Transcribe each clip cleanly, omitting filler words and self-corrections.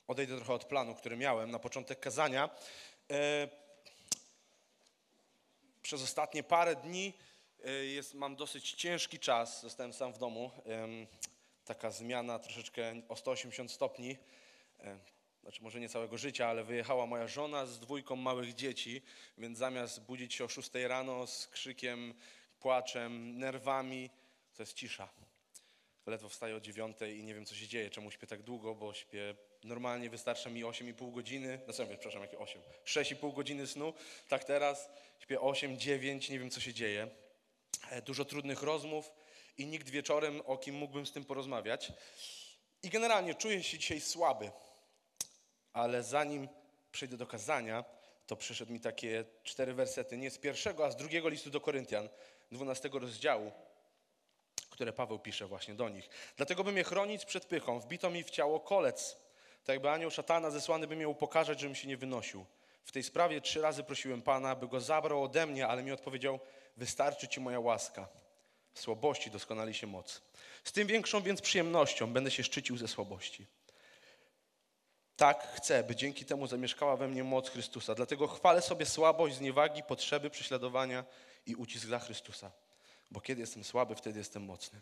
odejdę trochę od planu, który miałem na początek kazania. Przez ostatnie parę dni mam dosyć ciężki czas. Zostałem sam w domu. Taka zmiana troszeczkę o 180 stopni. Znaczy może nie całego życia, ale wyjechała moja żona z 2 małych dzieci, więc zamiast budzić się o 6 rano z krzykiem, płaczem, nerwami, to jest cisza. Ledwo wstaję o 9 i nie wiem, co się dzieje, czemu śpię tak długo, bo śpię normalnie, wystarcza mi 8,5 godziny, przepraszam, jakie 8? 6,5 godziny snu, tak teraz śpię 8, 9, nie wiem, co się dzieje. Dużo trudnych rozmów i nikt wieczorem, o kim mógłbym z tym porozmawiać. I generalnie czuję się dzisiaj słaby, ale zanim przejdę do kazania, to przyszedł mi takie 4 wersety, nie z 1, a z 2 listu do Koryntian, 12 rozdziału, które Paweł pisze właśnie do nich. Dlatego by mnie chronić przed pychą, wbito mi w ciało kolec, tak jakby anioł szatana zesłany by mnie upokarzać, żebym się nie wynosił. W tej sprawie 3 razy prosiłem Pana, by go zabrał ode mnie, ale mi odpowiedział, wystarczy ci moja łaska. W słabości doskonali się moc. Z tym większą więc przyjemnością będę się szczycił ze słabości. Tak chcę, by dzięki temu zamieszkała we mnie moc Chrystusa. Dlatego chwalę sobie słabość, zniewagi, potrzeby, prześladowania i ucisk dla Chrystusa. Bo kiedy jestem słaby, wtedy jestem mocny.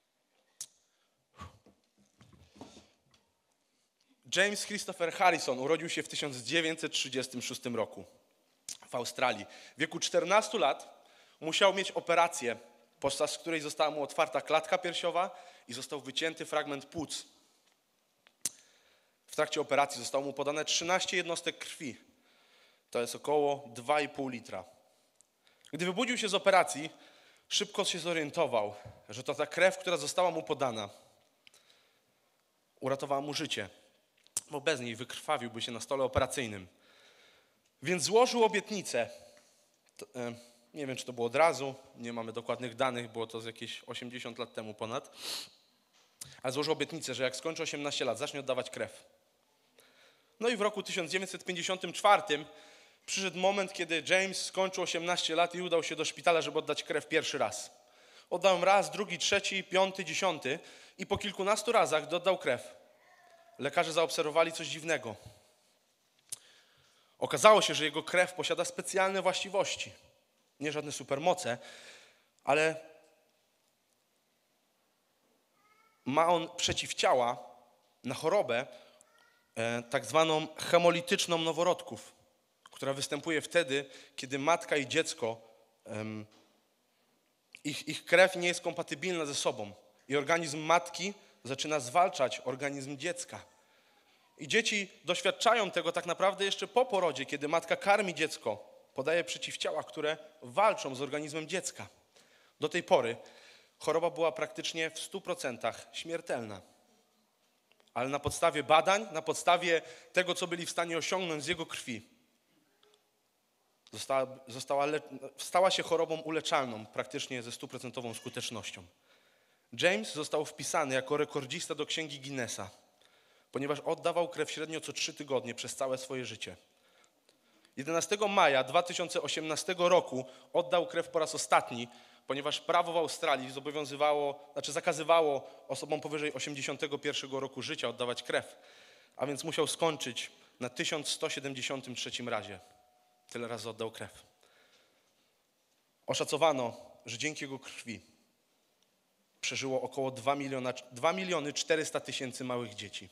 James Christopher Harrison urodził się w 1936 roku w Australii. W wieku 14 lat musiał mieć operację, podczas której została mu otwarta klatka piersiowa i został wycięty fragment płuc. W trakcie operacji zostało mu podane 13 jednostek krwi. To jest około 2,5 litra. Gdy wybudził się z operacji, szybko się zorientował, że to ta krew, która została mu podana, uratowała mu życie, bo bez niej wykrwawiłby się na stole operacyjnym. Więc złożył obietnicę. Nie wiem, czy to było od razu, nie mamy dokładnych danych, było to z jakieś 80 lat temu ponad, ale złożył obietnicę, że jak skończy 18 lat, zacznie oddawać krew. No i w roku 1954 przyszedł moment, kiedy James skończył 18 lat i udał się do szpitala, żeby oddać krew pierwszy raz. Oddał raz, drugi, trzeci, 5., 10 i po kilkunastu razach, gdy oddał krew, lekarze zaobserwowali coś dziwnego. Okazało się, że jego krew posiada specjalne właściwości. Nie żadne supermoce, ale ma on przeciwciała na chorobę tak zwaną hemolityczną noworodków, która występuje wtedy, kiedy matka i dziecko, ich krew nie jest kompatybilna ze sobą i organizm matki zaczyna zwalczać organizm dziecka. I dzieci doświadczają tego tak naprawdę jeszcze po porodzie, kiedy matka karmi dziecko, podaje przeciwciała, które walczą z organizmem dziecka. Do tej pory choroba była praktycznie w 100% śmiertelna. Ale na podstawie badań, na podstawie tego, co byli w stanie osiągnąć z jego krwi, stała się chorobą uleczalną praktycznie ze 100% skutecznością. James został wpisany jako rekordzista do Księgi Guinnessa, ponieważ oddawał krew średnio co 3 tygodnie przez całe swoje życie. 11 maja 2018 roku oddał krew po raz ostatni, ponieważ prawo w Australii zakazywało osobom powyżej 81 roku życia oddawać krew, a więc musiał skończyć na 1173 razie. Tyle razy oddał krew. Oszacowano, że dzięki jego krwi przeżyło około 2 miliony 400 tysięcy małych dzieci.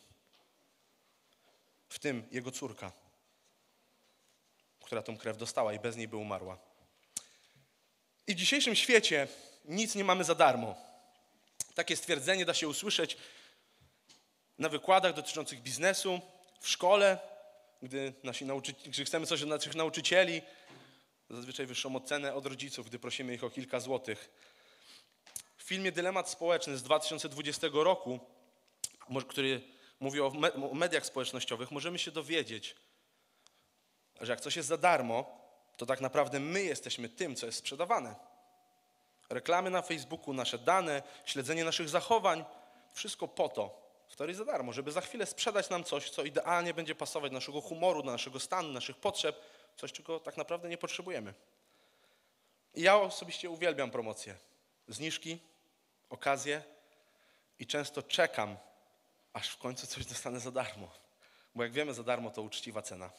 W tym jego córka, która tą krew dostała i bez niej by umarła. I w dzisiejszym świecie nic nie mamy za darmo. Takie stwierdzenie da się usłyszeć na wykładach dotyczących biznesu, w szkole, gdy chcemy coś od naszych nauczycieli, zazwyczaj wyższą ocenę od rodziców, gdy prosimy ich o kilka złotych. W filmie Dylemat Społeczny z 2020 roku, który mówi o mediach społecznościowych, możemy się dowiedzieć, że jak coś jest za darmo, to tak naprawdę my jesteśmy tym, co jest sprzedawane. Reklamy na Facebooku, nasze dane, śledzenie naszych zachowań, wszystko po to, w teorii za darmo, żeby za chwilę sprzedać nam coś, co idealnie będzie pasować do naszego humoru, do naszego stanu, naszych potrzeb, coś, czego tak naprawdę nie potrzebujemy. I ja osobiście uwielbiam promocje, zniżki, okazje i często czekam, aż w końcu coś dostanę za darmo. Bo jak wiemy, za darmo to uczciwa cena.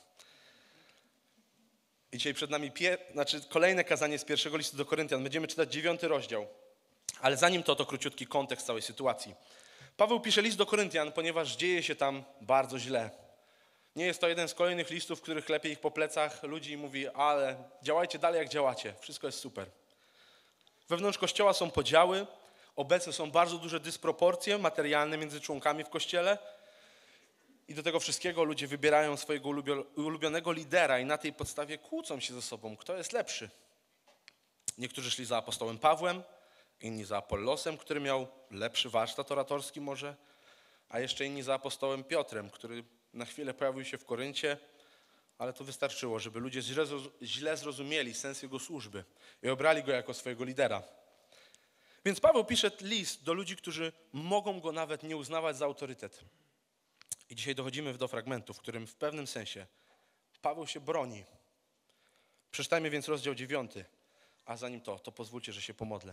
I dzisiaj przed nami kolejne kazanie z pierwszego listu do Koryntian. Będziemy czytać 9 rozdział. Ale zanim to króciutki kontekst całej sytuacji. Paweł pisze list do Koryntian, ponieważ dzieje się tam bardzo źle. Nie jest to jeden z kolejnych listów, w których klepie ich po plecach ludzi i mówi, ale działajcie dalej jak działacie, wszystko jest super. Wewnątrz Kościoła są podziały, obecne są bardzo duże dysproporcje materialne między członkami w Kościele i do tego wszystkiego ludzie wybierają swojego ulubionego lidera i na tej podstawie kłócą się ze sobą, kto jest lepszy. Niektórzy szli za apostołem Pawłem, inni za Apollosem, który miał lepszy warsztat oratorski może, a jeszcze inni za apostołem Piotrem, który na chwilę pojawił się w Koryncie, ale to wystarczyło, żeby ludzie źle zrozumieli sens jego służby i obrali go jako swojego lidera. Więc Paweł pisze list do ludzi, którzy mogą go nawet nie uznawać za autorytet. I dzisiaj dochodzimy do fragmentu, w którym w pewnym sensie Paweł się broni. Przeczytajmy więc rozdział 9, a zanim to pozwólcie, że się pomodlę.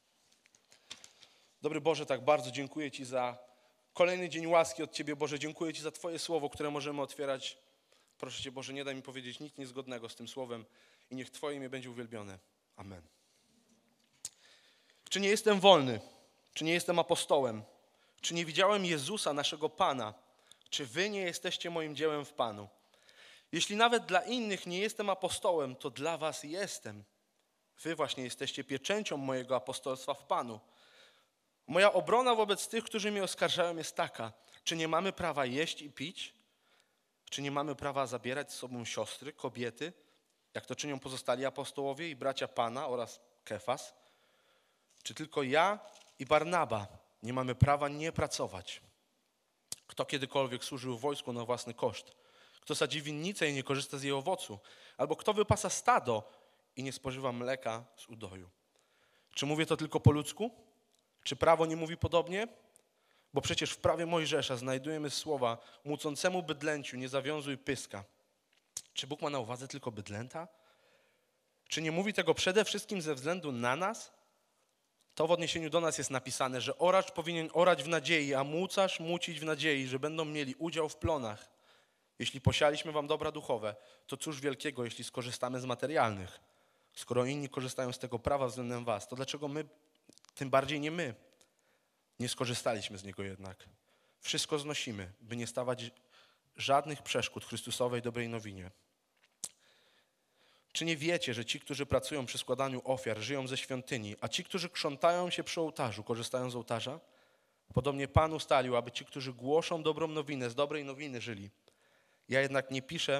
Dobry Boże, tak bardzo dziękuję Ci za kolejny dzień łaski od Ciebie, Boże. Dziękuję Ci za Twoje słowo, które możemy otwierać. Proszę Cię, Boże, nie daj mi powiedzieć nic niezgodnego z tym słowem i niech Twoje imię będzie uwielbione. Amen. Czy nie jestem wolny? Czy nie jestem apostołem? Czy nie widziałem Jezusa, naszego Pana? Czy Wy nie jesteście moim dziełem w Panu? Jeśli nawet dla innych nie jestem apostołem, to dla Was jestem. Wy właśnie jesteście pieczęcią mojego apostolstwa w Panu. Moja obrona wobec tych, którzy mnie oskarżają, jest taka. Czy nie mamy prawa jeść i pić? Czy nie mamy prawa zabierać z sobą siostry, kobiety, jak to czynią pozostali apostołowie i bracia Pana oraz Kefas? Czy tylko ja i Barnaba nie mamy prawa nie pracować? Kto kiedykolwiek służył w wojsku na własny koszt? Kto sadzi winnicę i nie korzysta z jej owocu? Albo kto wypasa stado i nie spożywa mleka z udoju? Czy mówię to tylko po ludzku? Czy prawo nie mówi podobnie? Bo przecież w prawie Mojżesza znajdujemy słowa mucącemu bydlęciu nie zawiązuj pyska. Czy Bóg ma na uwadze tylko bydlęta? Czy nie mówi tego przede wszystkim ze względu na nas? To w odniesieniu do nas jest napisane, że oracz powinien orać w nadziei, a mucarz mucić w nadziei, że będą mieli udział w plonach. Jeśli posialiśmy wam dobra duchowe, to cóż wielkiego, jeśli skorzystamy z materialnych? Skoro inni korzystają z tego prawa względem was, to dlaczego my, tym bardziej nie my, nie skorzystaliśmy z niego jednak? Wszystko znosimy, by nie stawać żadnych przeszkód Chrystusowej dobrej nowinie. Czy nie wiecie, że ci, którzy pracują przy składaniu ofiar, żyją ze świątyni, a ci, którzy krzątają się przy ołtarzu, korzystają z ołtarza? Podobnie Pan ustalił, aby ci, którzy głoszą dobrą nowinę, z dobrej nowiny żyli. Ja jednak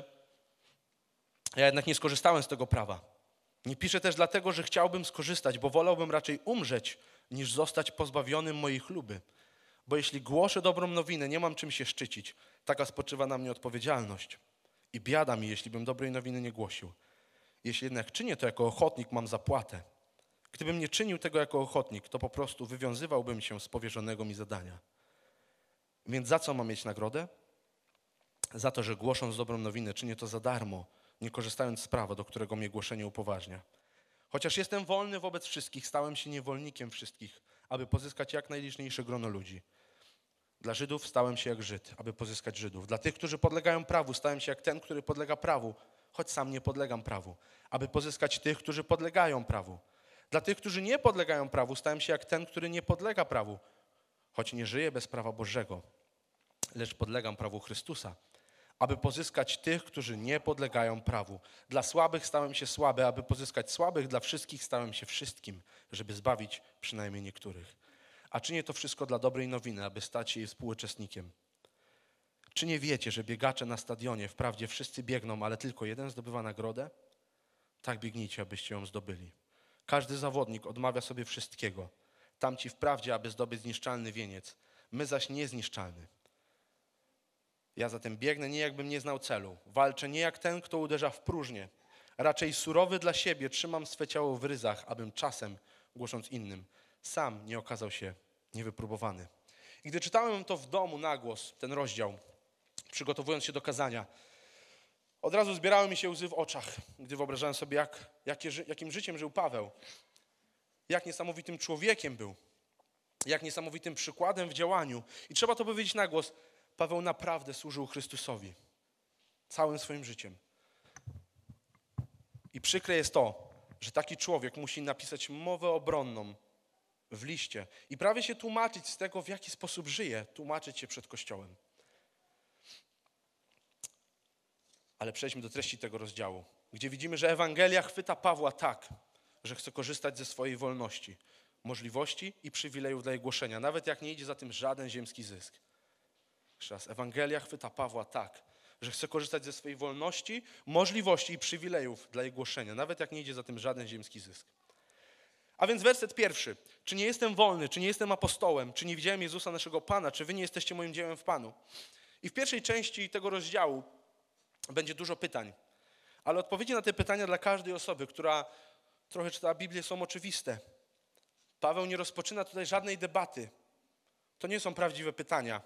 nie skorzystałem z tego prawa. Nie piszę też dlatego, że chciałbym skorzystać, bo wolałbym raczej umrzeć, niż zostać pozbawionym mojej chluby. Bo jeśli głoszę dobrą nowinę, nie mam czym się szczycić. Taka spoczywa na mnie odpowiedzialność. I biada mi, jeśli bym dobrej nowiny nie głosił. Jeśli jednak czynię to jako ochotnik, mam zapłatę. Gdybym nie czynił tego jako ochotnik, to po prostu wywiązywałbym się z powierzonego mi zadania. Więc za co mam mieć nagrodę? Za to, że głosząc dobrą nowinę, czynię to za darmo, nie korzystając z prawa, do którego mnie głoszenie upoważnia. Chociaż jestem wolny wobec wszystkich, stałem się niewolnikiem wszystkich, aby pozyskać jak najliczniejsze grono ludzi. Dla Żydów stałem się jak Żyd, aby pozyskać Żydów. Dla tych, którzy podlegają prawu, stałem się jak ten, który podlega prawu, choć sam nie podlegam prawu, aby pozyskać tych, którzy podlegają prawu. Dla tych, którzy nie podlegają prawu, stałem się jak ten, który nie podlega prawu, choć nie żyję bez prawa Bożego, lecz podlegam prawu Chrystusa, aby pozyskać tych, którzy nie podlegają prawu. Dla słabych stałem się słaby, aby pozyskać słabych, dla wszystkich stałem się wszystkim, żeby zbawić przynajmniej niektórych. A czynię to wszystko dla dobrej nowiny, aby stać się jej współuczestnikiem. Czy nie wiecie, że biegacze na stadionie, wprawdzie wszyscy biegną, ale tylko jeden zdobywa nagrodę? Tak biegnijcie, abyście ją zdobyli. Każdy zawodnik odmawia sobie wszystkiego. Tamci wprawdzie, aby zdobyć zniszczalny wieniec, my zaś niezniszczalny. Ja zatem biegnę nie jakbym nie znał celu. Walczę nie jak ten, kto uderza w próżnię. Raczej surowy dla siebie trzymam swe ciało w ryzach, abym czasem, głosząc innym, sam nie okazał się niewypróbowany. I gdy czytałem to w domu na głos, ten rozdział, przygotowując się do kazania, od razu zbierały mi się łzy w oczach, gdy wyobrażałem sobie, jakim życiem żył Paweł, jak niesamowitym człowiekiem był, jak niesamowitym przykładem w działaniu. I trzeba to powiedzieć na głos. Paweł naprawdę służył Chrystusowi całym swoim życiem. I przykre jest to, że taki człowiek musi napisać mowę obronną w liście i prawie się tłumaczyć z tego, w jaki sposób żyje, tłumaczyć się przed Kościołem. Ale przejdźmy do treści tego rozdziału, gdzie widzimy, że Ewangelia chwyta Pawła tak, że chce korzystać ze swojej wolności, możliwości i przywilejów dla jej głoszenia, nawet jak nie idzie za tym żaden ziemski zysk. Jeszcze raz, Ewangelia chwyta Pawła tak, że chce korzystać ze swojej wolności, możliwości i przywilejów dla jej głoszenia, nawet jak nie idzie za tym żaden ziemski zysk. A więc werset 1. Czy nie jestem wolny, czy nie jestem apostołem, czy nie widziałem Jezusa naszego Pana, czy wy nie jesteście moim dziełem w Panu? I w pierwszej części tego rozdziału będzie dużo pytań, ale odpowiedzi na te pytania dla każdej osoby, która trochę czytała Biblię, są oczywiste. Paweł nie rozpoczyna tutaj żadnej debaty. To nie są prawdziwe pytania,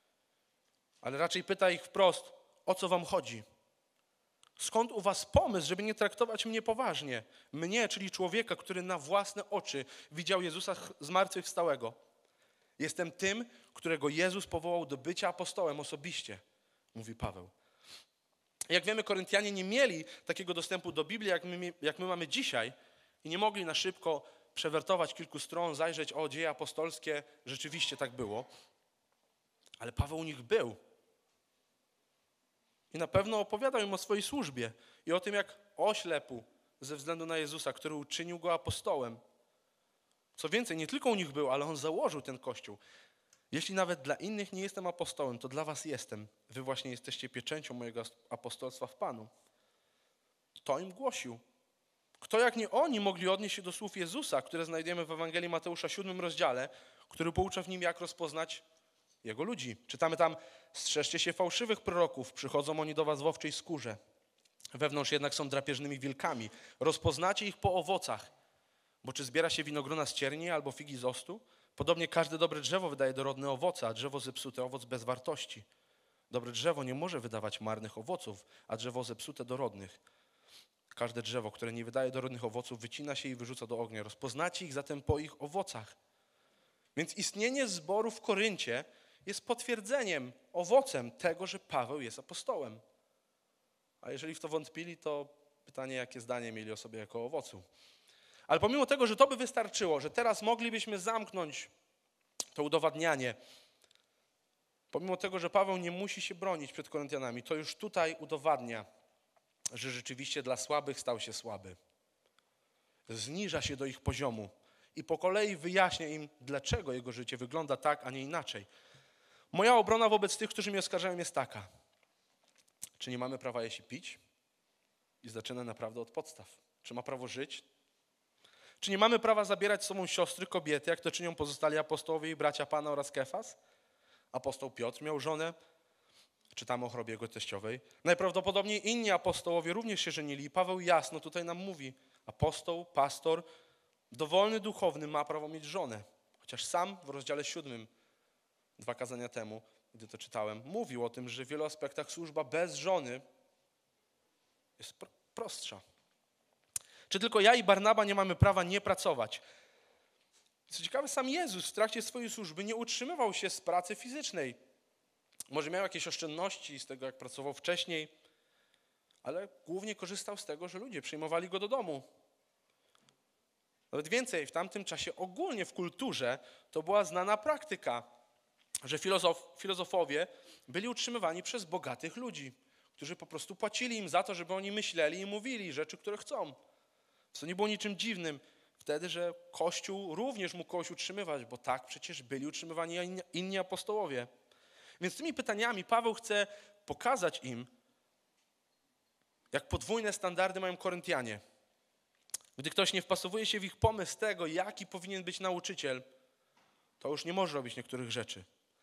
ale raczej pyta ich wprost, o co wam chodzi? Skąd u was pomysł, żeby nie traktować mnie poważnie? Mnie, czyli człowieka, który na własne oczy widział Jezusa zmartwychwstałego. Jestem tym, którego Jezus powołał do bycia apostołem osobiście, mówi Paweł. Jak wiemy, Koryntianie nie mieli takiego dostępu do Biblii, jak my mamy dzisiaj i nie mogli na szybko przewertować kilku stron, zajrzeć, o, dzieje apostolskie, rzeczywiście tak było. Ale Paweł u nich był. I na pewno opowiadał im o swojej służbie i o tym, jak oślepł ze względu na Jezusa, który uczynił go apostołem. Co więcej, nie tylko u nich był, ale on założył ten Kościół. Jeśli nawet dla innych nie jestem apostołem, to dla was jestem. Wy właśnie jesteście pieczęcią mojego apostolstwa w Panu. To im głosił. Kto jak nie oni mogli odnieść się do słów Jezusa, które znajdujemy w Ewangelii Mateusza 7 rozdziale, który poucza w nim, jak rozpoznać Jego ludzi. Czytamy tam, strzeżcie się fałszywych proroków, przychodzą oni do was w owczej skórze. Wewnątrz jednak są drapieżnymi wilkami. Rozpoznacie ich po owocach. Bo czy zbiera się winogrona z cierni albo figi z ostu? Podobnie każde dobre drzewo wydaje dorodne owoce, a drzewo zepsute owoc bez wartości. Dobre drzewo nie może wydawać marnych owoców, a drzewo zepsute dorodnych. Każde drzewo, które nie wydaje dorodnych owoców, wycina się i wyrzuca do ognia. Rozpoznacie ich zatem po ich owocach. Więc istnienie zboru w Koryncie jest potwierdzeniem, owocem tego, że Paweł jest apostołem. A jeżeli w to wątpili, to pytanie, jakie zdanie mieli o sobie jako owocu. Ale pomimo tego, że to by wystarczyło, że teraz moglibyśmy zamknąć to udowadnianie, pomimo tego, że Paweł nie musi się bronić przed Koryntianami, to już tutaj udowadnia, że rzeczywiście dla słabych stał się słaby. Zniża się do ich poziomu i po kolei wyjaśnia im, dlaczego jego życie wygląda tak, a nie inaczej. Moja obrona wobec tych, którzy mnie oskarżają, jest taka. Czy nie mamy prawa jeść i pić? I zaczyna naprawdę od podstaw. Czy ma prawo żyć? Czy nie mamy prawa zabierać z sobą siostry, kobiety, jak to czynią pozostali apostołowie i bracia Pana oraz Kefas? Apostoł Piotr miał żonę. Czytamy o chorobie jego teściowej. Najprawdopodobniej inni apostołowie również się żenili. I Paweł jasno tutaj nam mówi. Apostoł, pastor, dowolny duchowny ma prawo mieć żonę. Chociaż sam w rozdziale 7, 2 kazania temu, gdy to czytałem, mówił o tym, że w wielu aspektach służba bez żony jest prostsza. Czy tylko ja i Barnaba nie mamy prawa nie pracować? Co ciekawe, sam Jezus w trakcie swojej służby nie utrzymywał się z pracy fizycznej. Może miał jakieś oszczędności z tego, jak pracował wcześniej, ale głównie korzystał z tego, że ludzie przyjmowali go do domu. Nawet więcej, w tamtym czasie ogólnie w kulturze to była znana praktyka, że filozofowie byli utrzymywani przez bogatych ludzi, którzy po prostu płacili im za to, żeby oni myśleli i mówili rzeczy, które chcą. Co nie było niczym dziwnym wtedy, że Kościół również mógł kogoś utrzymywać, bo tak przecież byli utrzymywani inni apostołowie. Więc tymi pytaniami Paweł chce pokazać im, jak podwójne standardy mają Koryntianie. Gdy ktoś nie wpasowuje się w ich pomysł tego, jaki powinien być nauczyciel, to już nie może robić niektórych rzeczy.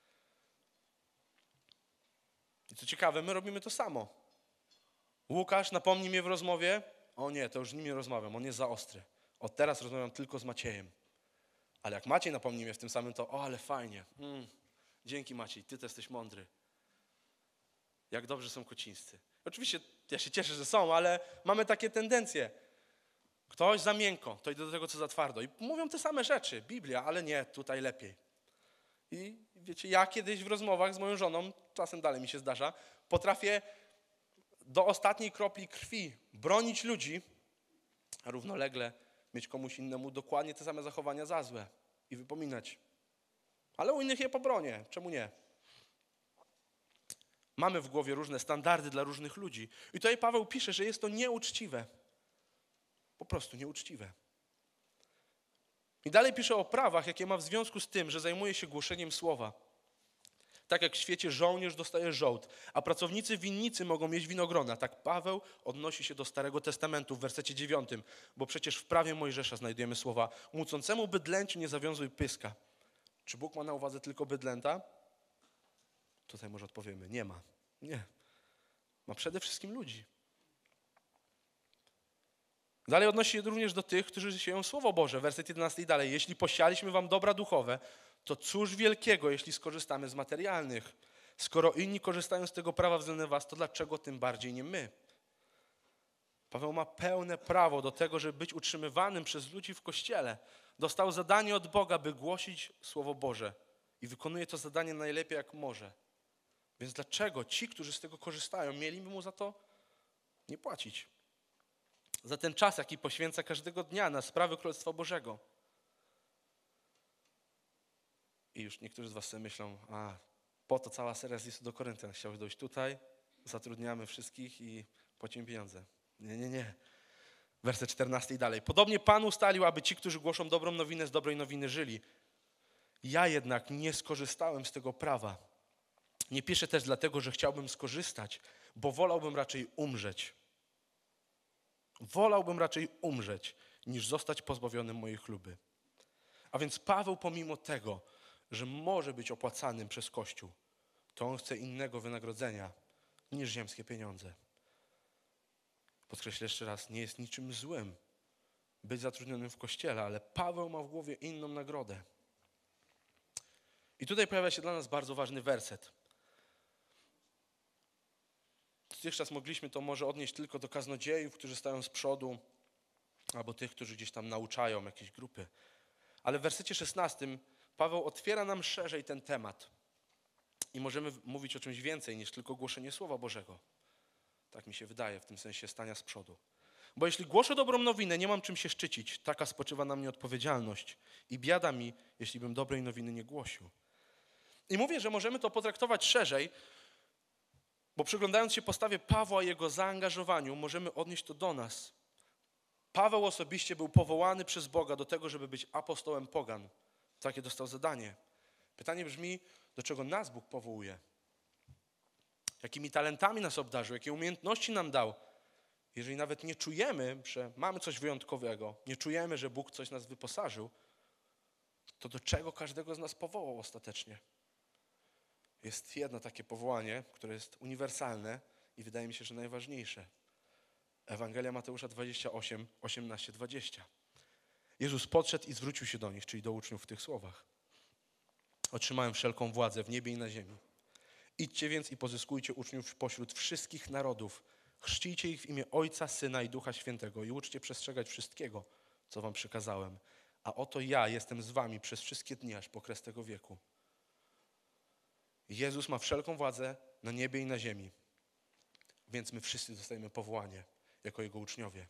I co ciekawe, my robimy to samo. Łukasz napomni mnie w rozmowie, o nie, to już z nim nie rozmawiam, on jest za ostry. Od teraz rozmawiam tylko z Maciejem. Ale jak Maciej napomni mnie w tym samym, to ale fajnie. Dzięki Maciej, ty też jesteś mądry. Jak dobrze są kocińscy. Oczywiście ja się cieszę, że są, ale mamy takie tendencje. Ktoś za miękko, to idzie do tego, co za twardo. I mówią te same rzeczy, Biblia, ale nie, tutaj lepiej. I wiecie, ja kiedyś w rozmowach z moją żoną, czasem dalej mi się zdarza, potrafię do ostatniej kropli krwi bronić ludzi, a równolegle mieć komuś innemu dokładnie te same zachowania za złe i wypominać. Ale u innych je pobronię, czemu nie? Mamy w głowie różne standardy dla różnych ludzi. I tutaj Paweł pisze, że jest to nieuczciwe. Po prostu nieuczciwe. I dalej pisze o prawach, jakie ma w związku z tym, że zajmuje się głoszeniem słowa. Tak jak w świecie żołnierz dostaje żołd, a pracownicy winnicy mogą mieć winogrona. Tak Paweł odnosi się do Starego Testamentu w wersecie 9, bo przecież w prawie Mojżesza znajdujemy słowa: mucącemu bydlęciu nie zawiązuj pyska. Czy Bóg ma na uwadze tylko bydlęta? Tutaj może odpowiemy, nie ma. Nie. Ma przede wszystkim ludzi. Dalej odnosi się również do tych, którzy sieją Słowo Boże. Werset 11 i dalej. Jeśli posialiśmy wam dobra duchowe, to cóż wielkiego, jeśli skorzystamy z materialnych? Skoro inni korzystają z tego prawa względem was, to dlaczego tym bardziej nie my? Paweł ma pełne prawo do tego, żeby być utrzymywanym przez ludzi w Kościele. Dostał zadanie od Boga, by głosić Słowo Boże i wykonuje to zadanie najlepiej jak może. Więc dlaczego ci, którzy z tego korzystają, mieliby mu za to nie płacić? Za ten czas, jaki poświęca każdego dnia na sprawy Królestwa Bożego. I już niektórzy z was sobie myślą, po to cała seria z listu do Koryntian. Chciałeś dojść tutaj, zatrudniamy wszystkich i płacimy pieniądze. Nie. Werset 14 i dalej. Podobnie Pan ustalił, aby ci, którzy głoszą dobrą nowinę, z dobrej nowiny żyli. Ja jednak nie skorzystałem z tego prawa. Nie piszę też dlatego, że chciałbym skorzystać, bo wolałbym raczej umrzeć. Wolałbym raczej umrzeć, niż zostać pozbawionym mojej chluby. A więc Paweł, pomimo tego, że może być opłacanym przez Kościół, to on chce innego wynagrodzenia niż ziemskie pieniądze. Podkreślę jeszcze raz, nie jest niczym złym być zatrudnionym w Kościele, ale Paweł ma w głowie inną nagrodę. I tutaj pojawia się dla nas bardzo ważny werset. Dotychczas mogliśmy to może odnieść tylko do kaznodziejów, którzy stają z przodu, albo tych, którzy gdzieś tam nauczają jakieś grupy. Ale w wersecie 16 Paweł otwiera nam szerzej ten temat i możemy mówić o czymś więcej niż tylko głoszenie Słowa Bożego. Tak mi się wydaje, w tym sensie stania z przodu. Bo jeśli głoszę dobrą nowinę, nie mam czym się szczycić. Taka spoczywa na mnie odpowiedzialność i biada mi, jeśli bym dobrej nowiny nie głosił. I mówię, że możemy to potraktować szerzej, bo przyglądając się postawie Pawła i jego zaangażowaniu, możemy odnieść to do nas. Paweł osobiście był powołany przez Boga do tego, żeby być apostołem pogan. Takie dostał zadanie. Pytanie brzmi, do czego nas Bóg powołuje? Jakimi talentami nas obdarzył? Jakie umiejętności nam dał? Jeżeli nawet nie czujemy, że mamy coś wyjątkowego, nie czujemy, że Bóg coś nas wyposażył, to do czego każdego z nas powołał ostatecznie? Jest jedno takie powołanie, które jest uniwersalne i wydaje mi się, że najważniejsze. Ewangelia Mateusza 28, 18, 20. Jezus podszedł i zwrócił się do nich, czyli do uczniów w tych słowach. Otrzymałem wszelką władzę w niebie i na ziemi. Idźcie więc i pozyskujcie uczniów pośród wszystkich narodów. Chrzcijcie ich w imię Ojca, Syna i Ducha Świętego i uczcie przestrzegać wszystkiego, co wam przykazałem. A oto ja jestem z wami przez wszystkie dni, aż po kres tego wieku. Jezus ma wszelką władzę na niebie i na ziemi. Więc my wszyscy dostajemy powołanie jako Jego uczniowie.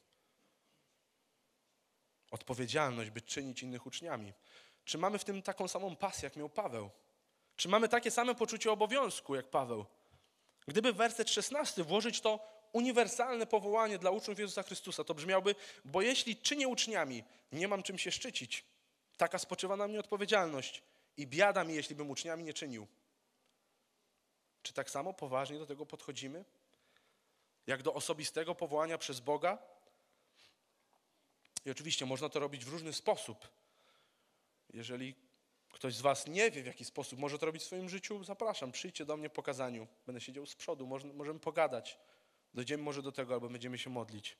Odpowiedzialność, by czynić innych uczniami. Czy mamy w tym taką samą pasję, jak miał Paweł? Czy mamy takie same poczucie obowiązku, jak Paweł? Gdyby w werset 16 włożyć to uniwersalne powołanie dla uczniów Jezusa Chrystusa, to brzmiałby, bo jeśli czynię uczniami, nie mam czym się szczycić. Taka spoczywa na mnie odpowiedzialność i biada mi, jeśli bym uczniami nie czynił. Czy tak samo poważnie do tego podchodzimy? Jak do osobistego powołania przez Boga? I oczywiście można to robić w różny sposób. Jeżeli ktoś z was nie wie, w jaki sposób może to robić w swoim życiu, zapraszam, przyjdźcie do mnie po kazaniu. Będę siedział z przodu, możemy pogadać. Dojdziemy może do tego, albo będziemy się modlić.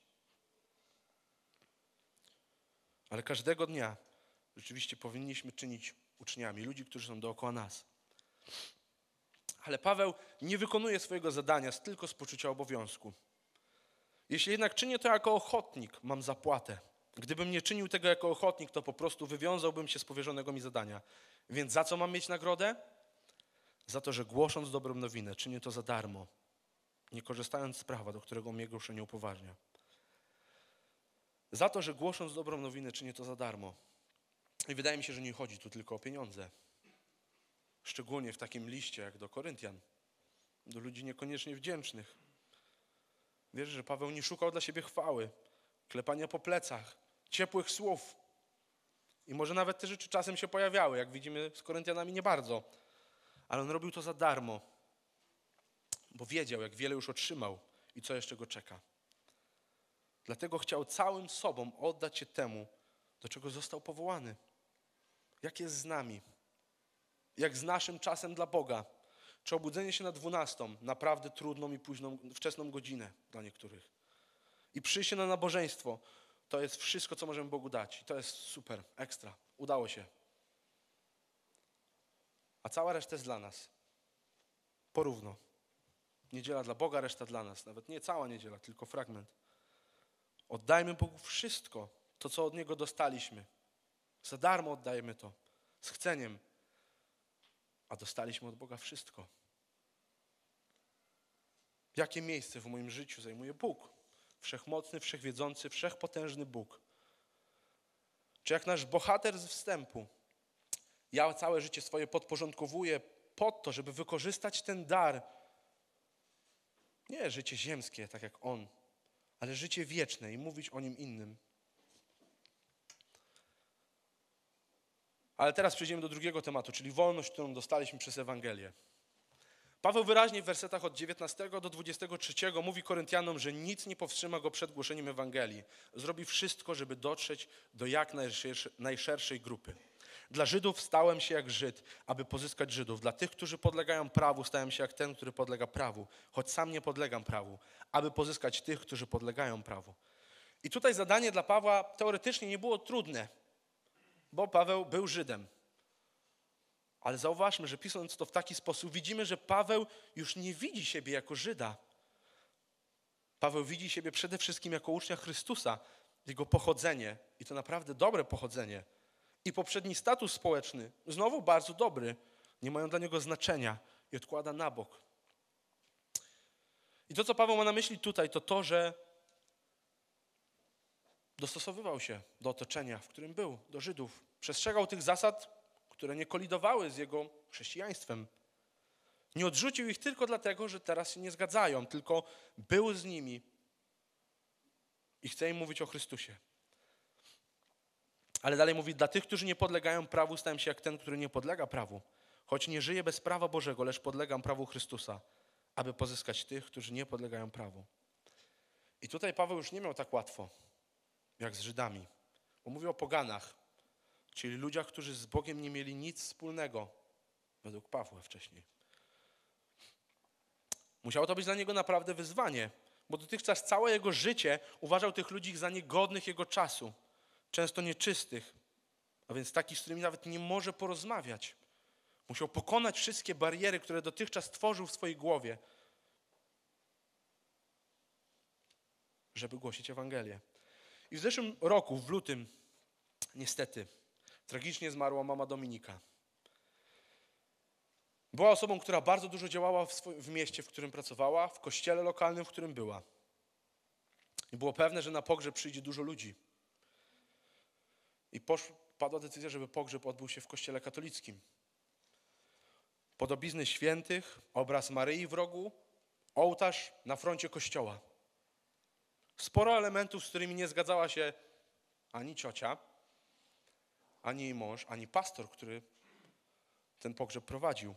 Ale każdego dnia rzeczywiście powinniśmy czynić uczniami ludzi, którzy są dookoła nas. Ale Paweł nie wykonuje swojego zadania tylko z poczucia obowiązku. Jeśli jednak czynię to jako ochotnik, mam zapłatę. Gdybym nie czynił tego jako ochotnik, to po prostu wywiązałbym się z powierzonego mi zadania. Więc za co mam mieć nagrodę? Za to, że głosząc dobrą nowinę, czynię to za darmo, nie korzystając z prawa, do którego mnie głoszenie upoważnia. Za to, że głosząc dobrą nowinę, czynię to za darmo. I wydaje mi się, że nie chodzi tu tylko o pieniądze. Szczególnie w takim liście jak do Koryntian. Do ludzi niekoniecznie wdzięcznych. Wierzę, że Paweł nie szukał dla siebie chwały, klepania po plecach, ciepłych słów. I może nawet te rzeczy czasem się pojawiały, jak widzimy z Koryntianami nie bardzo. Ale on robił to za darmo, bo wiedział, jak wiele już otrzymał i co jeszcze go czeka. Dlatego chciał całym sobą oddać się temu, do czego został powołany. Jak jest z nami? Jak z naszym czasem dla Boga? Czy obudzenie się na 12, naprawdę trudną i późną, wczesną godzinę dla niektórych. I przyjście na nabożeństwo, to jest wszystko, co możemy Bogu dać. I to jest super, ekstra. Udało się. A cała reszta jest dla nas. Porówno. Niedziela dla Boga, reszta dla nas. Nawet nie cała niedziela, tylko fragment. Oddajmy Bogu wszystko, to co od Niego dostaliśmy. Za darmo oddajemy to. Z chceniem. A dostaliśmy od Boga wszystko. Jakie miejsce w moim życiu zajmuje Bóg? Wszechmocny, wszechwiedzący, wszechpotężny Bóg. Czy jak nasz bohater z wstępu, ja całe życie swoje podporządkowuję pod to, żeby wykorzystać ten dar. Nie życie ziemskie, tak jak On, ale życie wieczne i mówić o nim innym. Ale teraz przejdziemy do drugiego tematu, czyli wolność, którą dostaliśmy przez Ewangelię. Paweł wyraźnie w wersetach od 19 do 23 mówi Koryntianom, że nic nie powstrzyma go przed głoszeniem Ewangelii. Zrobi wszystko, żeby dotrzeć do jak najszerszej grupy. Dla Żydów stałem się jak Żyd, aby pozyskać Żydów. Dla tych, którzy podlegają prawu, stałem się jak ten, który podlega prawu, choć sam nie podlegam prawu, aby pozyskać tych, którzy podlegają prawu. I tutaj zadanie dla Pawła teoretycznie nie było trudne, bo Paweł był Żydem. Ale zauważmy, że pisząc to w taki sposób, widzimy, że Paweł już nie widzi siebie jako Żyda. Paweł widzi siebie przede wszystkim jako ucznia Chrystusa, jego pochodzenie, i to naprawdę dobre pochodzenie, i poprzedni status społeczny, znowu bardzo dobry, nie mają dla niego znaczenia i odkłada na bok. I to, co Paweł ma na myśli tutaj, to to, że dostosowywał się do otoczenia, w którym był, do Żydów. Przestrzegał tych zasad, które nie kolidowały z jego chrześcijaństwem. Nie odrzucił ich tylko dlatego, że teraz się nie zgadzają, tylko był z nimi i chce im mówić o Chrystusie. Ale dalej mówi, dla tych, którzy nie podlegają prawu, stałem się jak ten, który nie podlega prawu. Choć nie żyję bez prawa Bożego, lecz podlegam prawu Chrystusa, aby pozyskać tych, którzy nie podlegają prawu. I tutaj Paweł już nie miał tak łatwo, jak z Żydami, bo mówi o poganach, czyli ludziach, którzy z Bogiem nie mieli nic wspólnego, według Pawła wcześniej. Musiało to być dla niego naprawdę wyzwanie, bo dotychczas całe jego życie uważał tych ludzi za niegodnych jego czasu, często nieczystych, a więc takich, z którymi nawet nie może porozmawiać. Musiał pokonać wszystkie bariery, które dotychczas tworzył w swojej głowie, żeby głosić Ewangelię. I w zeszłym roku, w lutym, niestety, tragicznie zmarła mama Dominika. Była osobą, która bardzo dużo działała w mieście, w którym pracowała, w kościele lokalnym, w którym była. I było pewne, że na pogrzeb przyjdzie dużo ludzi. I padła decyzja, żeby pogrzeb odbył się w kościele katolickim. Podobizny świętych, obraz Maryi w rogu, ołtarz na froncie kościoła. Sporo elementów, z którymi nie zgadzała się ani ciocia, ani jej mąż, ani pastor, który ten pogrzeb prowadził.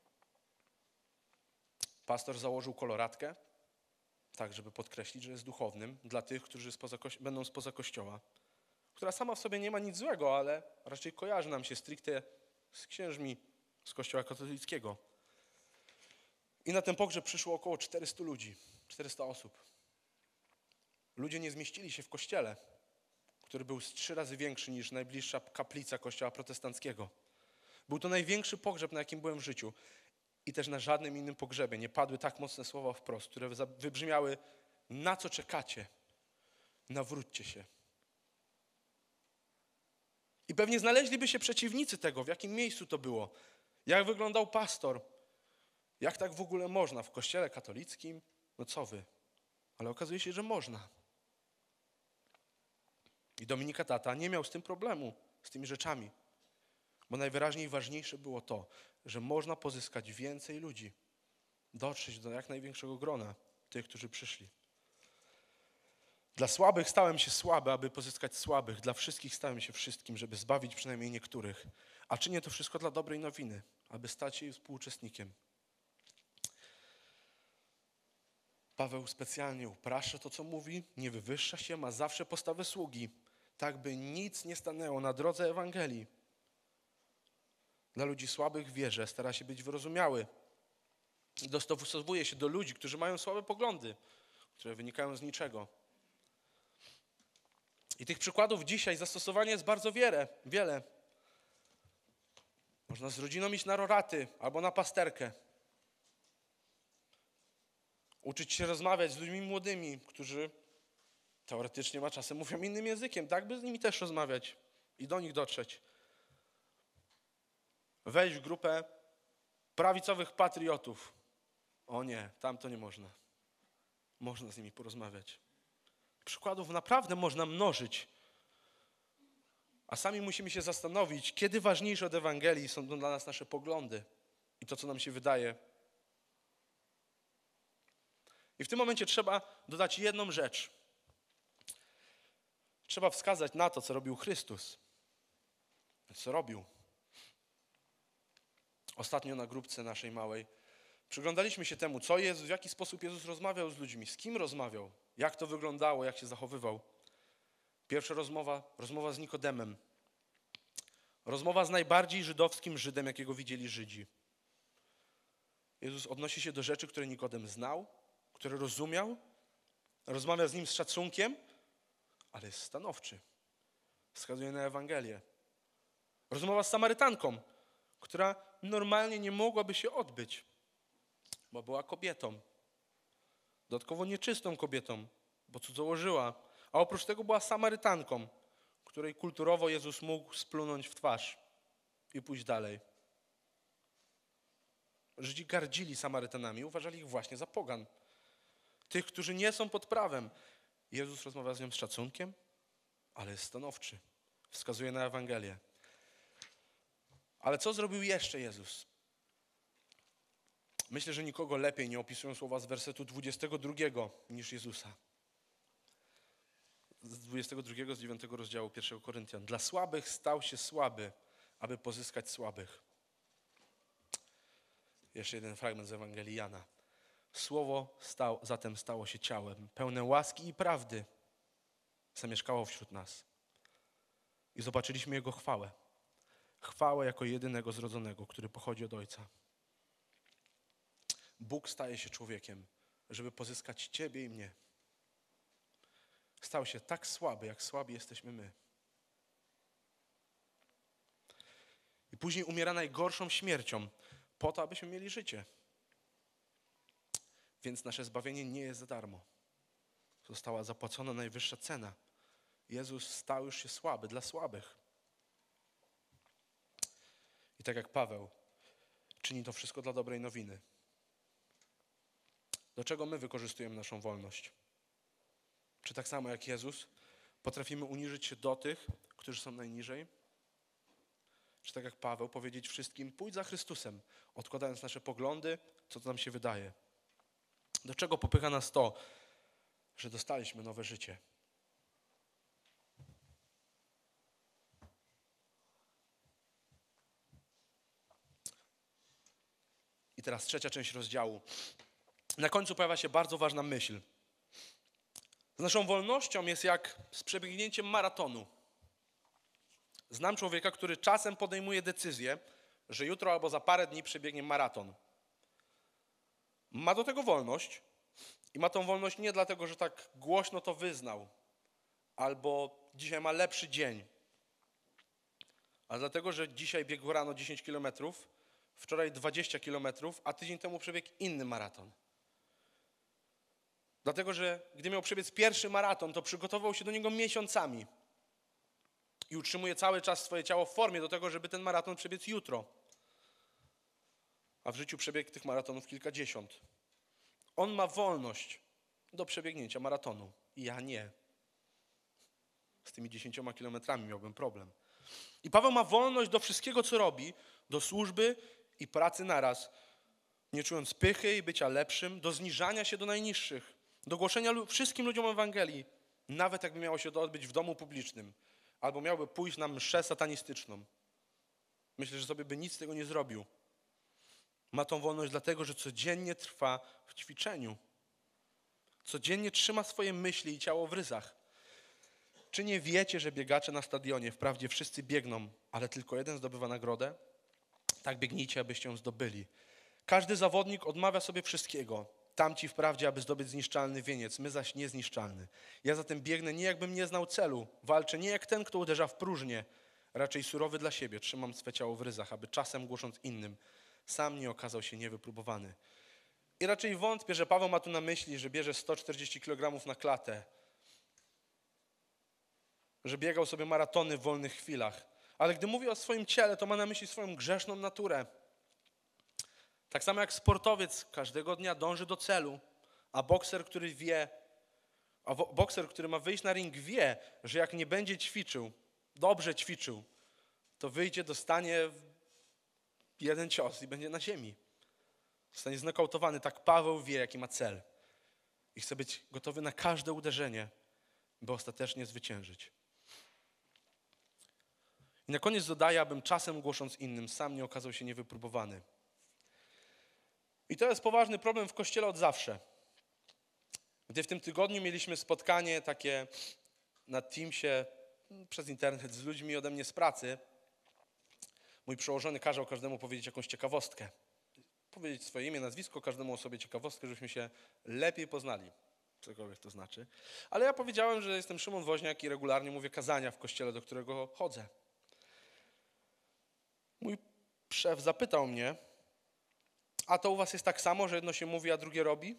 Pastor założył koloratkę, tak żeby podkreślić, że jest duchownym dla tych, którzy będą spoza kościoła, która sama w sobie nie ma nic złego, ale raczej kojarzy nam się stricte z księżmi z kościoła katolickiego. I na ten pogrzeb przyszło około 400 ludzi, 400 osób. Ludzie nie zmieścili się w kościele, który był z 3 razy większy niż najbliższa kaplica kościoła protestanckiego. Był to największy pogrzeb, na jakim byłem w życiu. I też na żadnym innym pogrzebie nie padły tak mocne słowa wprost, które wybrzmiały: na co czekacie? Nawróćcie się. I pewnie znaleźliby się przeciwnicy tego, w jakim miejscu to było, jak wyglądał pastor, jak tak w ogóle można w kościele katolickim, no co wy, ale okazuje się, że można. I Dominika tata nie miał z tym problemu, z tymi rzeczami, bo najwyraźniej ważniejsze było to, że można pozyskać więcej ludzi, dotrzeć do jak największego grona tych, którzy przyszli. Dla słabych stałem się słaby, aby pozyskać słabych. Dla wszystkich stałem się wszystkim, żeby zbawić przynajmniej niektórych. A czynię to wszystko dla dobrej nowiny, aby stać się jej współuczestnikiem. Paweł specjalnie upraszcza to, co mówi, nie wywyższa się, ma zawsze postawę sługi, tak by nic nie stanęło na drodze Ewangelii. Dla ludzi słabych w wierze stara się być wyrozumiały. Dostosowuje się do ludzi, którzy mają słabe poglądy, które wynikają z niczego. I tych przykładów dzisiaj zastosowanie jest bardzo wiele. Można z rodziną iść na roraty albo na pasterkę. Uczyć się rozmawiać z ludźmi młodymi, którzy teoretycznie czasem mówią innym językiem, tak by z nimi też rozmawiać i do nich dotrzeć. Wejść w grupę prawicowych patriotów. O nie, tam to nie można. Można z nimi porozmawiać. Przykładów naprawdę można mnożyć. A sami musimy się zastanowić, kiedy ważniejsze od Ewangelii są dla nas nasze poglądy i to, co nam się wydaje. I w tym momencie trzeba dodać jedną rzecz. Trzeba wskazać na to, co robił Chrystus. Co robił. Ostatnio na grupce naszej małej przyglądaliśmy się temu, co Jezus, w jaki sposób Jezus rozmawiał z ludźmi, z kim rozmawiał, jak to wyglądało, jak się zachowywał. Pierwsza rozmowa z Nikodemem. Rozmowa z najbardziej żydowskim Żydem, jakiego widzieli Żydzi. Jezus odnosi się do rzeczy, które Nikodem znał, które rozumiał, rozmawia z nim z szacunkiem, ale jest stanowczy. Wskazuje na Ewangelię. Rozmowa z Samarytanką, która normalnie nie mogłaby się odbyć, bo była kobietą. Dodatkowo nieczystą kobietą, bo cudzołożyła. A oprócz tego była Samarytanką, której kulturowo Jezus mógł splunąć w twarz i pójść dalej. Żydzi gardzili Samarytanami, uważali ich właśnie za pogan. Tych, którzy nie są pod prawem. Jezus rozmawia z nią z szacunkiem, ale jest stanowczy. Wskazuje na Ewangelię. Ale co zrobił jeszcze Jezus? Myślę, że nikogo lepiej nie opisują słowa z wersetu 22 niż Jezusa. Z 22 z 9 rozdziału 1 Koryntian. Dla słabych stał się słaby, aby pozyskać słabych. Jeszcze jeden fragment z Ewangelii Jana. Słowo zatem stało się ciałem, pełne łaski i prawdy. Zamieszkało wśród nas. I zobaczyliśmy Jego chwałę. Chwałę jako jedynego zrodzonego, który pochodzi od Ojca. Bóg staje się człowiekiem, żeby pozyskać ciebie i mnie. Stał się tak słaby, jak słabi jesteśmy my. I później umiera najgorszą śmiercią, po to, abyśmy mieli życie. Więc nasze zbawienie nie jest za darmo. Została zapłacona najwyższa cena. Jezus stał już się słaby dla słabych. I tak jak Paweł czyni to wszystko dla dobrej nowiny. Do czego my wykorzystujemy naszą wolność? Czy tak samo jak Jezus potrafimy uniżyć się do tych, którzy są najniżej? Czy tak jak Paweł powiedzieć wszystkim, pójdź za Chrystusem, odkładając nasze poglądy, co to nam się wydaje? Do czego popycha nas to, że dostaliśmy nowe życie? I teraz trzecia część rozdziału. Na końcu pojawia się bardzo ważna myśl. Z naszą wolnością jest jak z przebiegnięciem maratonu. Znam człowieka, który czasem podejmuje decyzję, że jutro albo za parę dni przebiegnie maraton. Ma do tego wolność i ma tą wolność nie dlatego, że tak głośno to wyznał, albo dzisiaj ma lepszy dzień, ale dlatego, że dzisiaj biegł rano 10 kilometrów, wczoraj 20 kilometrów, a tydzień temu przebiegł inny maraton. Dlatego, że gdy miał przebiec pierwszy maraton, to przygotował się do niego miesiącami. i utrzymuje cały czas swoje ciało w formie do tego, żeby ten maraton przebiec jutro. A w życiu przebiegł tych maratonów kilkadziesiąt. On ma wolność do przebiegnięcia maratonu. Ja nie. Z tymi 10 kilometrami miałbym problem. I Paweł ma wolność do wszystkiego, co robi, do służby i pracy naraz, nie czując pychy i bycia lepszym, do zniżania się do najniższych, do głoszenia wszystkim ludziom Ewangelii, nawet jakby miało się to odbyć w domu publicznym, albo miałby pójść na mszę satanistyczną. Myślę, że sobie by nic z tego nie zrobił. Ma tą wolność dlatego, że codziennie trwa w ćwiczeniu. Codziennie trzyma swoje myśli i ciało w ryzach. Czy nie wiecie, że biegacze na stadionie wprawdzie wszyscy biegną, ale tylko jeden zdobywa nagrodę? Tak biegnijcie, abyście ją zdobyli. Każdy zawodnik odmawia sobie wszystkiego. Tamci wprawdzie, aby zdobyć zniszczalny wieniec, my zaś niezniszczalny. Ja zatem biegnę nie jakbym nie znał celu. Walczę nie jak ten, kto uderza w próżnię. Raczej surowy dla siebie. Trzymam swe ciało w ryzach, aby czasem głosząc innym, sam nie okazał się niewypróbowany. I raczej wątpię, że Paweł ma tu na myśli, że bierze 140 kg na klatę. Że biegał sobie maratony w wolnych chwilach. Ale gdy mówi o swoim ciele, to ma na myśli swoją grzeszną naturę. Tak samo jak sportowiec każdego dnia dąży do celu, a bokser, który ma wyjść na ring, wie, że jak nie będzie ćwiczył, dobrze ćwiczył, to wyjdzie, dostanie jeden cios i będzie na ziemi. Zostanie znokautowany. Tak Paweł wie, jaki ma cel. I chce być gotowy na każde uderzenie, by ostatecznie zwyciężyć. I na koniec dodaje, abym czasem głosząc innym, sam nie okazał się niewypróbowany. I to jest poważny problem w Kościele od zawsze. Gdy w tym tygodniu mieliśmy spotkanie takie na Teamsie przez internet z ludźmi ode mnie z pracy, mój przełożony kazał każdemu powiedzieć jakąś ciekawostkę. Powiedzieć swoje imię, nazwisko, każdemu osobie ciekawostkę, żebyśmy się lepiej poznali. Cokolwiek to znaczy. Ale ja powiedziałem, że jestem Szymon Woźniak i regularnie mówię kazania w kościele, do którego chodzę. Mój szef zapytał mnie, a to u was jest tak samo, że jedno się mówi, a drugie robi?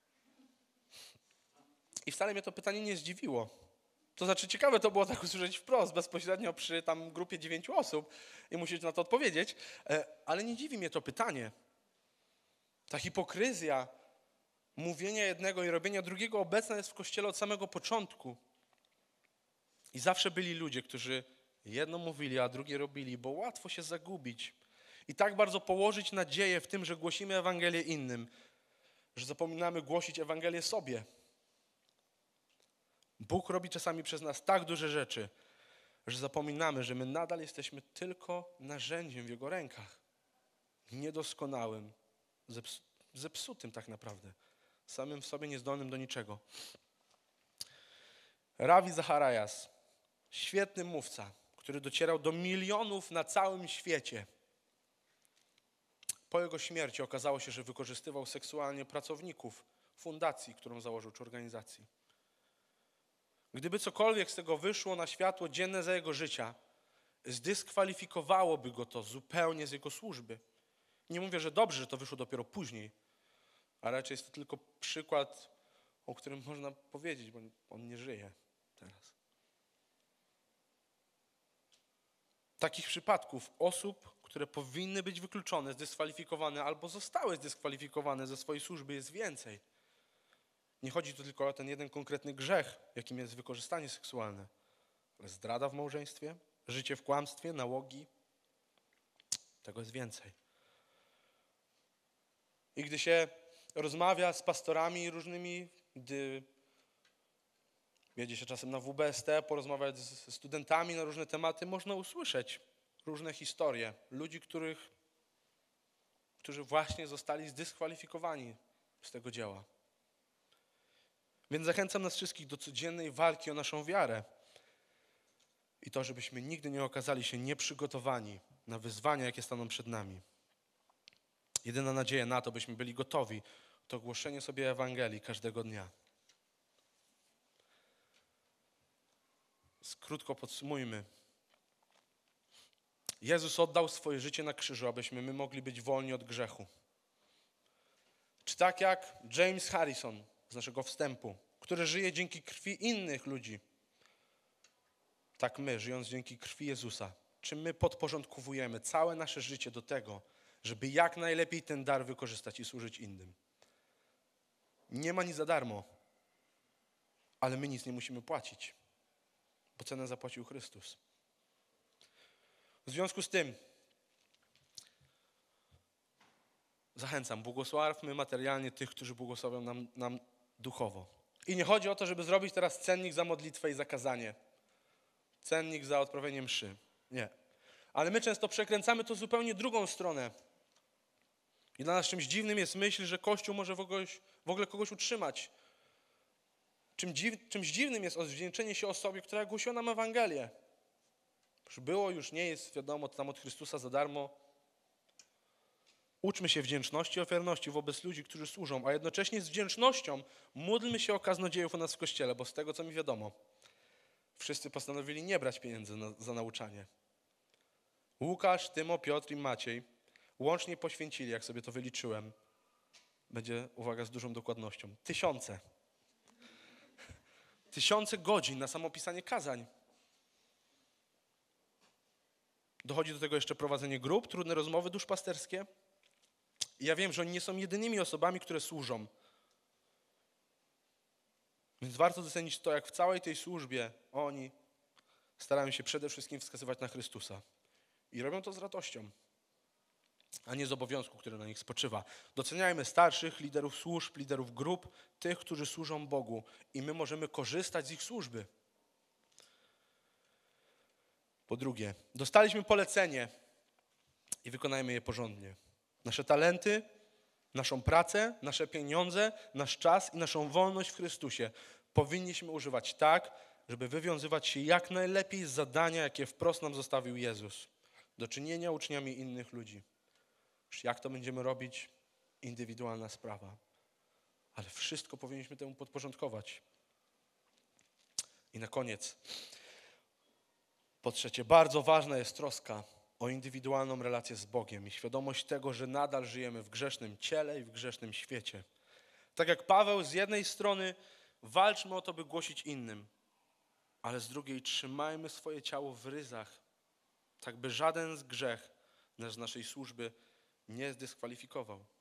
I wcale mnie to pytanie nie zdziwiło. To znaczy ciekawe to było tak usłyszeć wprost, bezpośrednio przy tam grupie 9 osób i musieć na to odpowiedzieć, ale nie dziwi mnie to pytanie. Ta hipokryzja mówienia jednego i robienia drugiego obecna jest w Kościele od samego początku. I zawsze byli ludzie, którzy jedno mówili, a drugie robili, bo łatwo się zagubić. I tak bardzo położyć nadzieję w tym, że głosimy Ewangelię innym, że zapominamy głosić Ewangelię sobie. Bóg robi czasami przez nas tak duże rzeczy, że zapominamy, że my nadal jesteśmy tylko narzędziem w Jego rękach. Niedoskonałym, zepsutym tak naprawdę, samym w sobie niezdolnym do niczego. Ravi Zacharias, świetny mówca, który docierał do milionów na całym świecie. Po jego śmierci okazało się, że wykorzystywał seksualnie pracowników fundacji, którą założył, czy organizacji. Gdyby cokolwiek z tego wyszło na światło dzienne za jego życia, zdyskwalifikowałoby go to zupełnie z jego służby. Nie mówię, że dobrze, że to wyszło dopiero później, a raczej jest to tylko przykład, o którym można powiedzieć, bo on nie żyje teraz. Takich przypadków osób, które powinny być wykluczone, zdyskwalifikowane albo zostały zdyskwalifikowane ze swojej służby jest więcej. Nie chodzi tu tylko o ten jeden konkretny grzech, jakim jest wykorzystanie seksualne, ale zdrada w małżeństwie, życie w kłamstwie, nałogi. Tego jest więcej. I gdy się rozmawia z pastorami różnymi, gdy jedzie się czasem na WBST, porozmawiać ze studentami na różne tematy, można usłyszeć różne historie ludzi, którzy właśnie zostali zdyskwalifikowani z tego dzieła. Więc zachęcam nas wszystkich do codziennej walki o naszą wiarę i to, żebyśmy nigdy nie okazali się nieprzygotowani na wyzwania, jakie staną przed nami. Jedyna nadzieja na to, byśmy byli gotowi, to głoszenie sobie Ewangelii każdego dnia. Krótko podsumujmy. Jezus oddał swoje życie na krzyżu, abyśmy my mogli być wolni od grzechu. Czy tak jak James Harrison z naszego wstępu, który żyje dzięki krwi innych ludzi, tak my, żyjąc dzięki krwi Jezusa, czy my podporządkowujemy całe nasze życie do tego, żeby jak najlepiej ten dar wykorzystać i służyć innym. Nie ma nic za darmo, ale my nic nie musimy płacić, bo cenę zapłacił Chrystus. W związku z tym zachęcam, błogosławmy materialnie tych, którzy błogosławią nam duchowo. I nie chodzi o to, żeby zrobić teraz cennik za modlitwę i za kazanie. Cennik za odprawienie mszy. Nie. Ale my często przekręcamy to zupełnie drugą stronę. I dla nas czymś dziwnym jest myśl, że Kościół może w ogóle kogoś utrzymać. Czymś dziwnym jest odwdzięczenie się osobie, która głosiła nam Ewangelię. Już było, już nie jest, wiadomo, to tam od Chrystusa za darmo. Uczmy się wdzięczności i ofiarności wobec ludzi, którzy służą, a jednocześnie z wdzięcznością módlmy się o kaznodziejów u nas w Kościele, bo z tego, co mi wiadomo, wszyscy postanowili nie brać pieniędzy za nauczanie. Łukasz, Tymo, Piotr i Maciej łącznie poświęcili, jak sobie to wyliczyłem, będzie, uwaga, z dużą dokładnością, tysiące godzin na samo pisanie kazań. Dochodzi do tego jeszcze prowadzenie grup, trudne rozmowy duszpasterskie. I ja wiem, że oni nie są jedynymi osobami, które służą. Więc warto docenić to, jak w całej tej służbie oni starają się przede wszystkim wskazywać na Chrystusa. I robią to z radością, a nie z obowiązku, który na nich spoczywa. Doceniajmy starszych, liderów służb, liderów grup, tych, którzy służą Bogu i my możemy korzystać z ich służby. Po drugie, dostaliśmy polecenie i wykonajmy je porządnie. Nasze talenty, naszą pracę, nasze pieniądze, nasz czas i naszą wolność w Chrystusie powinniśmy używać tak, żeby wywiązywać się jak najlepiej z zadania, jakie wprost nam zostawił Jezus. Do czynienia uczniami innych ludzi. Już jak to będziemy robić? Indywidualna sprawa. Ale wszystko powinniśmy temu podporządkować. I na koniec, po trzecie, bardzo ważna jest troska o indywidualną relację z Bogiem i świadomość tego, że nadal żyjemy w grzesznym ciele i w grzesznym świecie. Tak jak Paweł, z jednej strony walczmy o to, by głosić innym, ale z drugiej trzymajmy swoje ciało w ryzach, tak by żaden grzech nas z naszej służby nie zdyskwalifikował.